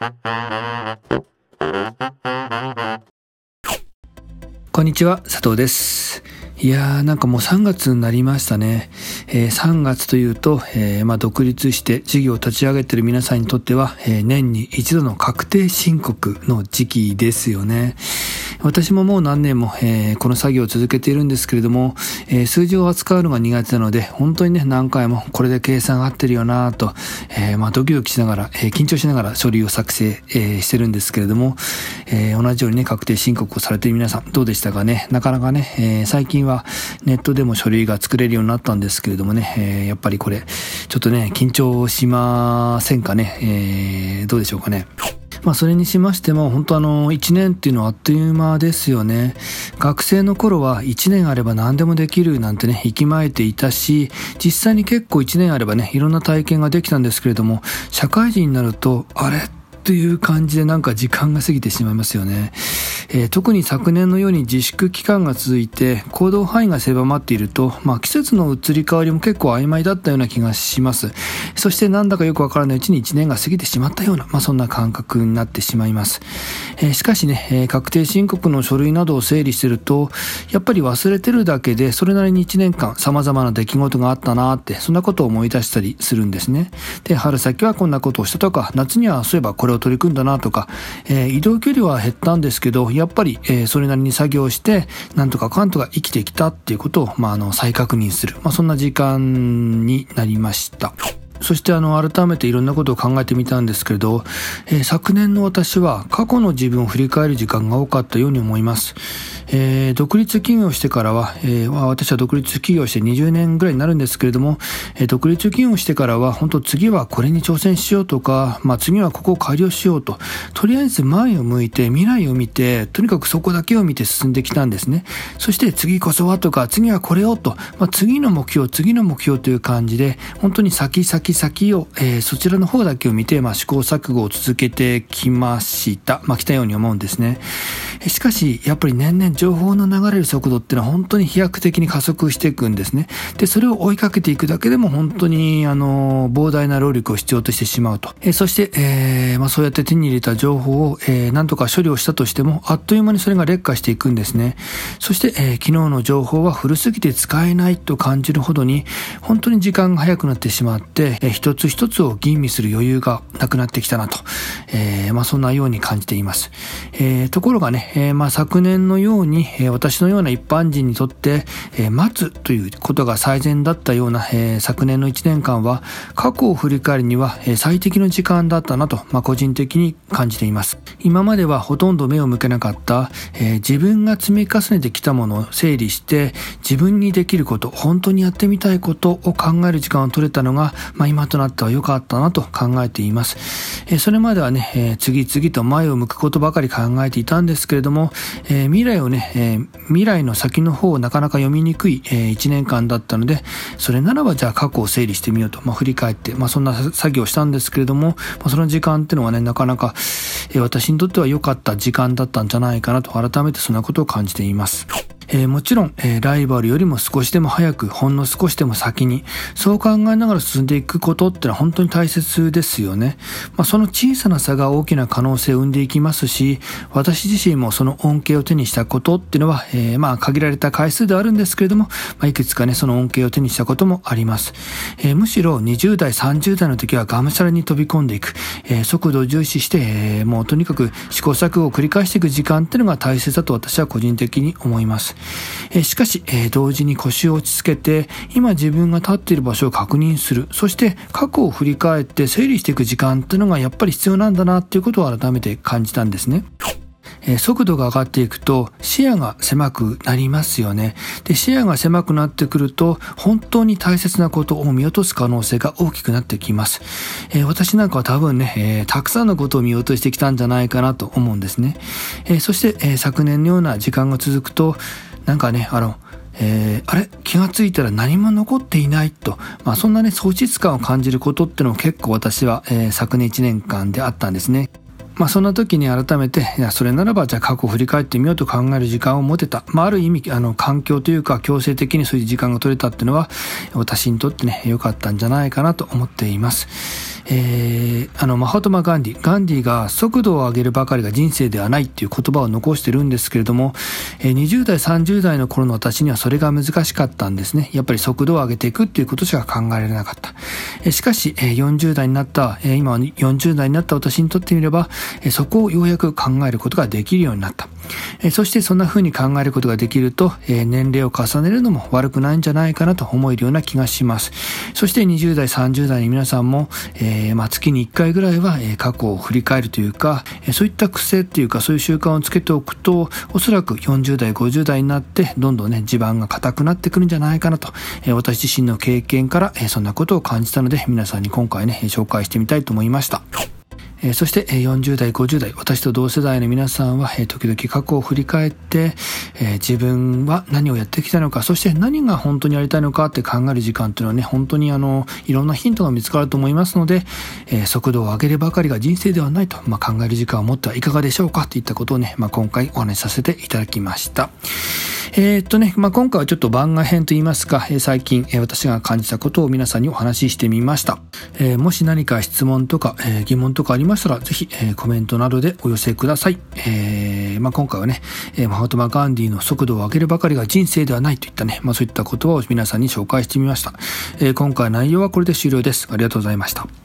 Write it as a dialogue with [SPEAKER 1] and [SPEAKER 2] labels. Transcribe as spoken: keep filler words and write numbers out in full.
[SPEAKER 1] こんにちは、佐藤です。いやーなんかもうさんがつになりましたね。えー、さんがつというと、えーまあ、独立して事業を立ち上げている皆さんにとっては、えー、年に一度の確定申告の時期ですよね。私ももう何年も、えー、この作業を続けているんですけれども、えー、数字を扱うのが苦手なので、本当にね、何回もこれで計算合ってるよなと、えー、まあドキドキしながら、えー、緊張しながら書類を作成、えー、してるんですけれども、えー、同じようにね、確定申告をされている皆さん、どうでしたかね。なかなかね、えー、最近はネットでも書類が作れるようになったんですけれどもね、えー、やっぱりこれ、ちょっとね、緊張しませんかね。えー、どうでしょうかね。まあそれにしましても本当あのいちねんっていうのはあっという間ですよね。学生の頃はいちねんあれば何でもできるなんてね息巻いていたし、実際に結構いちねんあればねいろんな体験ができたんですけれども、社会人になるとあれという感じでなんか時間が過ぎてしまいますよね。えー、特に昨年のように自粛期間が続いて行動範囲が狭まっていると、まあ、季節の移り変わりも結構曖昧だったような気がします。そしてなんだかよくわからないうちにいちねんが過ぎてしまったような、まあ、そんな感覚になってしまいます。えー、しかしね、えー、確定申告の書類などを整理してるとやっぱり忘れてるだけでそれなりにいちねんかん様々な出来事があったなって、そんなことを思い出したりするんですね。で、春先はこんなことをしたとか、夏にはそういえばこれを取り組んだなとか、えー、移動距離は減ったんですけどやっぱり、えー、それなりに作業してなんとかかんとか生きてきたっていうことを、まあ、あの再確認する、まあ、そんな時間になりました。そしてあの改めていろんなことを考えてみたんですけれど、えー、昨年の私は過去の自分を振り返る時間が多かったように思います。えー、独立起業してからは、えー、私は独立起業してにじゅうねんぐらいになるんですけれども、えー、独立起業してからは本当次はこれに挑戦しようとか、まあ、次はここを改良しようと、とりあえず前を向いて未来を見て、とにかくそこだけを見て進んできたんですね。そして次こそはとか次はこれをと、まあ、次の目標次の目標という感じで本当に先先先を、えー、そちらの方だけを見て、まあ、試行錯誤を続けてきました。まあ、来たように思うんですね。しかしやっぱり年々情報の流れる速度っていうのは本当に飛躍的に加速していくんですね。で、それを追いかけていくだけでも本当にあの膨大な労力を必要としてしまうと。えー、そして、えーまあ、そうやって手に入れた情報を、えー、何とか処理をしたとしてもあっという間にそれが劣化していくんですね。そして、えー、昨日の情報は古すぎて使えないと感じるほどに本当に時間が早くなってしまって、えー、一つ一つを吟味する余裕がなくなってきたなと、えーまあ、そんなように感じています。えー、ところがね、えーまあ、昨年のように、えー、私のような一般人にとって、えー、待つということが最善だったような、えー、昨年のいちねんかんは過去を振り返るには、えー、最適の時間だったなと、まあ、個人的に感じています。今まではほとんど目を向けなかった、えー、自分が積み重ねてきたものを整理して自分にできること、本当にやってみたいことを考える時間を取れたのが、まあ、今となっては良かったなと考えています。えー、それまではね、えー、次々と前を向くことばかり考えていたんですけれども、えー、未来をね、えー、未来の先の方をなかなか読みにくい、えー、いちねんかんだったので、それならばじゃあ過去を整理してみようと、まあ、振り返って、まあ、そんな作業をしたんですけれども、まあ、その時間っていうのはね、なかなか、えー、私にとっては良かった時間だったんじゃないかなと改めてそんなことを感じています。えー、もちろん、えー、ライバルよりも少しでも早く、ほんの少しでも先に、そう考えながら進んでいくことってのは本当に大切ですよね。まあ、その小さな差が大きな可能性を生んでいきますし、私自身もその恩恵を手にしたことっていうのは、えー、まあ限られた回数ではあるんですけれども、まあ、いくつかねその恩恵を手にしたこともあります。えー、むしろにじゅうだいさんじゅうだいの時はがむしゃらに飛び込んでいく、えー、速度を重視して、えー、もうとにかく試行錯誤を繰り返していく時間っていうのが大切だと私は個人的に思います。えー、しかし、えー、同時に腰を落ち着けて今自分が立っている場所を確認する、そして過去を振り返って整理していく時間っていうのがやっぱり必要なんだなっていうことを改めて感じたんですね。えー、速度が上がっていくと視野が狭くなりますよね。で、視野が狭くなってくると本当に大切なことを見落とす可能性が大きくなってきます。えー、私なんかは多分ね、えー、たくさんのことを見落としてきたんじゃないかなと思うんですね。えー、そして、えー、昨年のような時間が続くとなんかね、あのえー、あれ気がついたら何も残っていないと、まあ、そんなね喪失感を感じることってのも結構私は、えー、昨年いちねんかんであったんですね。 まあそんな時に改めて、いやそれならばじゃあ過去を振り返ってみようと考える時間を持てた。まあある意味、あの環境というか強制的にそういう時間が取れたっていうのは、私にとってね、良かったんじゃないかなと思っています。えー、あのマハトマ・ガンディガンディが速度を上げるばかりが人生ではないっていう言葉を残してるんですけれども、えー、にじゅう代さんじゅう代の頃の私にはそれが難しかったんですね。やっぱり速度を上げていくっていうことしか考えられなかった。えー、しかし、えー、よんじゅう代になった、えー、今はよんじゅう代になった私にとってみれば、えー、そこをようやく考えることができるようになった。えー、そしてそんな風に考えることができると、えー、年齢を重ねるのも悪くないんじゃないかなと思えるような気がします。そしてにじゅう代さんじゅう代の皆さんも、えーえーまあ、月にいっかいぐらいは、えー、過去を振り返るというか、えー、そういった癖っていうかそういう習慣をつけておくと、おそらくよんじゅう代ごじゅう代になってどんどんね地盤が固くなってくるんじゃないかなと、えー、私自身の経験から、えー、そんなことを感じたので皆さんに今回ね紹介してみたいと思いました。えー、そしてよんじゅう代ごじゅう代私と同世代の皆さんは、えー、時々過去を振り返って、えー、自分は何をやってきたのか、そして何が本当にやりたいのかって考える時間っていうのはね本当にあのいろんなヒントが見つかると思いますので、えー、速度を上げるばかりが人生ではないと、まあ、考える時間を持ってはいかがでしょうかといったことをね、まあ、今回お話しさせていただきました。えー、っとね、まあ、今回はちょっと番外編といいますか、えー、最近、えー、私が感じたことを皆さんにお話ししてみました。えー、もし何か質問とか、えー、疑問とかありましたら、ぜひ、えー、コメントなどでお寄せください。えーまあ、今回はね、えー、マハトマ・ガンディの速度を上げるばかりが人生ではないといったね、まあ、そういった言葉を皆さんに紹介してみました。えー、今回の内容はこれで終了です。ありがとうございました。